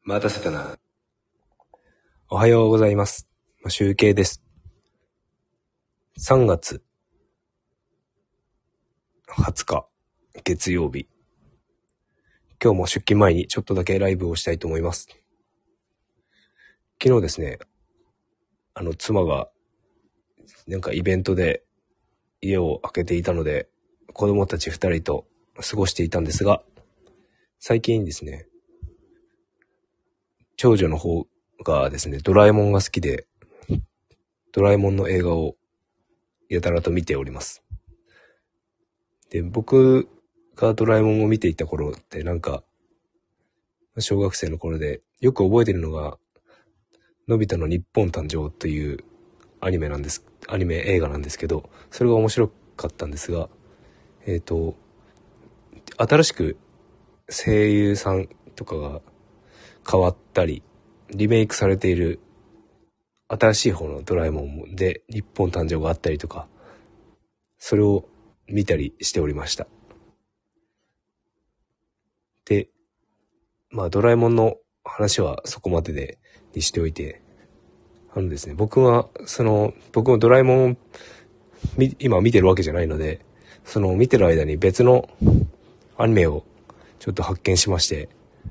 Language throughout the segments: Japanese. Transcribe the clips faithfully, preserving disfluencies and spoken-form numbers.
待たせたな。おはようございます。集計です。さんがつはつか月曜日。今日も出勤前にちょっとだけライブをしたいと思います。昨日ですね、あの妻がなんかイベントで家を空けていたので、子供たちふたりと過ごしていたんですが、最近ですね、長女の方がですね、ドラえもんが好きで、ドラえもんの映画をやたらと見ております。で、僕がドラえもんを見ていた頃ってなんか、小学生の頃でよく覚えてるのが、のび太の日本誕生というアニメなんです、アニメ映画なんですけど、それが面白かったんですが、えっと、新しく声優さんとかが変わったり、リメイクされている新しい方のドラえもんで日本誕生があったりとか、それを見たりしておりました。で、まあドラえもんの話はそこまででにしておいて、あのですね、僕はその僕もドラえもんを今見てるわけじゃないので、その見てる間に別のアニメをちょっと発見しまして、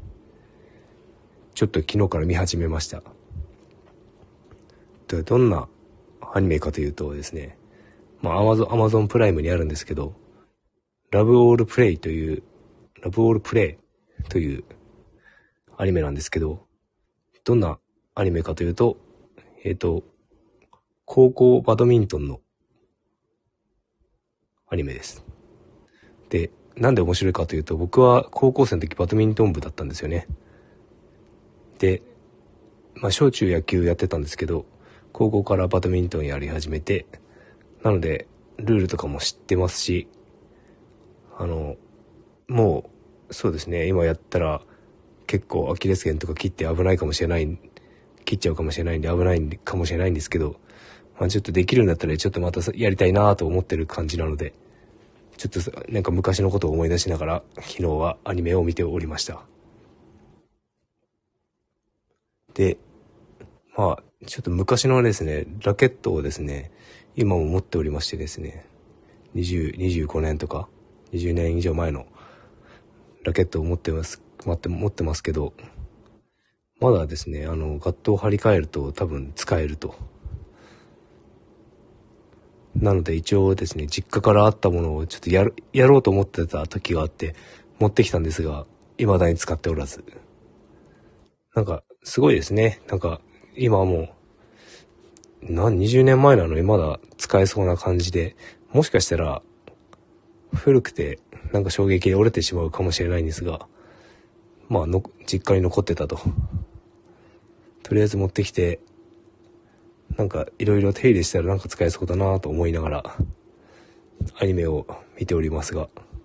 ちょっと昨日から見始めました。で、どんなアニメかというとですね、まあ Amazon、Amazon プライムにあるんですけど、ラブオールプレイという、ラブオールプレイというアニメなんですけど、どんなアニメかというと、えっと、高校バドミントンのアニメです。で、なんで面白いかというと、僕は高校生の時バドミントン部だったんですよね。で、まあ小中野球やってたんですけど、高校からバドミントンやり始めて、なのでルールとかも知ってますし、あの、もうそうですね、今やったら結構アキレス腱とか切って危ないかもしれない、切っちゃうかもしれないんで危ないかもしれないんですけど、まあちょっとできるんだったらちょっとまたやりたいなと思ってる感じなので、ちょっとなんか昔のことを思い出しながら昨日はアニメを見ておりました。で、まあちょっと昔のですね、ラケットをですね、今も持っておりましてですね、にじゅう、にじゅうごねんとかにじゅうねん以上前のラケットを持ってます、持って持ってますけど、まだですね、あのガットを張り替えると多分使えると。なので一応ですね、実家からあったものをちょっとやる、やろうと思ってた時があって持ってきたんですが、未だに使っておらず。なんかすごいですね。なんか今はもう何にじゅうねんまえなのにまだ使えそうな感じで、もしかしたら古くてなんか衝撃で折れてしまうかもしれないんですが、まあの実家に残ってたと。とりあえず持ってきて、なんかいろいろ手入れしたらなんか使えそうだなと思いながらアニメを見ておりますが、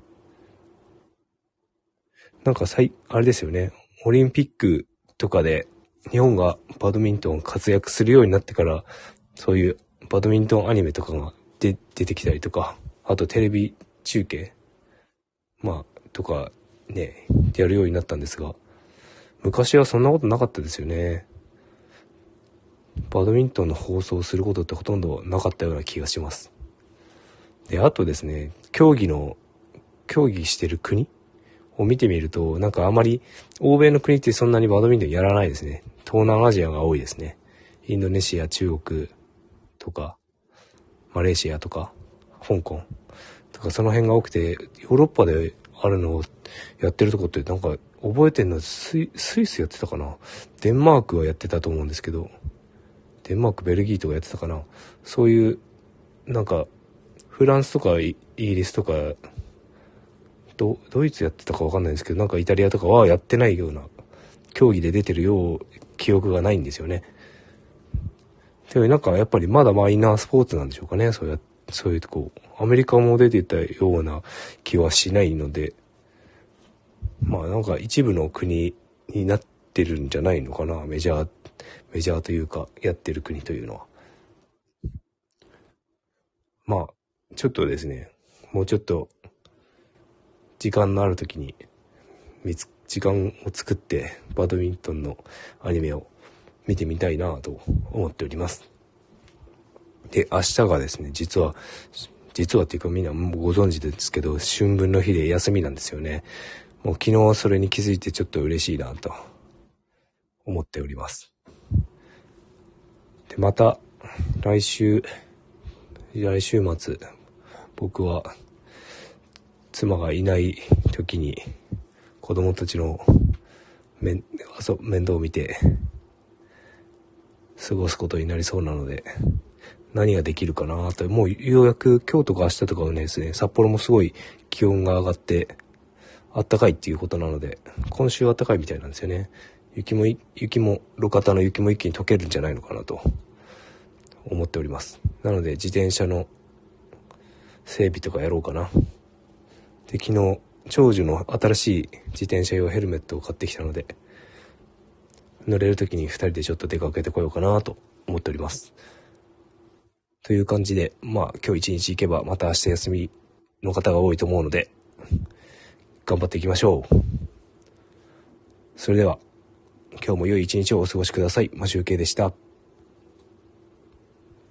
なんかさいあれですよね、オリンピックとかで日本がバドミントン活躍するようになってから、そういうバドミントンアニメとかがで出てきたりとか、あとテレビ中継まあとかねやるようになったんですが、昔はそんなことなかったですよね。バドミントンの放送をすることってほとんどなかったような気がします。で、あとですね、競技の競技してる国を見てみると、なんかあまり欧米の国ってそんなにバドミントンやらないですね。東南アジアが多いですね。インドネシア、中国とかマレーシアとか香港とかその辺が多くて、ヨーロッパであるのをやってるとこってなんか覚えてんのスイ、スイスやってたかな、デンマークはやってたと思うんですけど、デンマークベルギーとかやってたかな、そういうなんかフランスとかイギリスとかド, ドイツやってたか分かんないんですけど、なんかイタリアとかはやってないような競技で出てるよう記憶がないんですよね。でなんかやっぱりまだマイナースポーツなんでしょうかね。そうやそういうとこアメリカも出てたような気はしないので、まあなんか一部の国になってるんじゃないのかな、メジャーメジャーというかやってる国というのは。まあちょっとですね、もうちょっと時間のある時に見つ時間を作ってバドミントンのアニメを見てみたいなと思っております。で、明日がですね、実は、実はっていうかみんなもうご存知ですけど、春分の日で休みなんですよね。もう昨日それに気づいてちょっと嬉しいなと思っております。で、また来週、来週末、僕は妻がいない時に子供たちの面、面倒を見て過ごすことになりそうなので、何ができるかなと。もうようやく今日とか明日とかはねですね、札幌もすごい気温が上がって暖かいっていうことなので、今週暖かいみたいなんですよね。雪も雪も路肩の雪も一気に溶けるんじゃないのかなと思っております。なので自転車の整備とかやろうかな。で、昨日長女の新しい自転車用ヘルメットを買ってきたので、乗れる時にふたりでちょっと出かけてこようかなと思っております。という感じで、まあ今日一日行けばまた明日休みの方が多いと思うので、頑張っていきましょう。それでは今日も良い一日をお過ごしください。マシュウケイでした。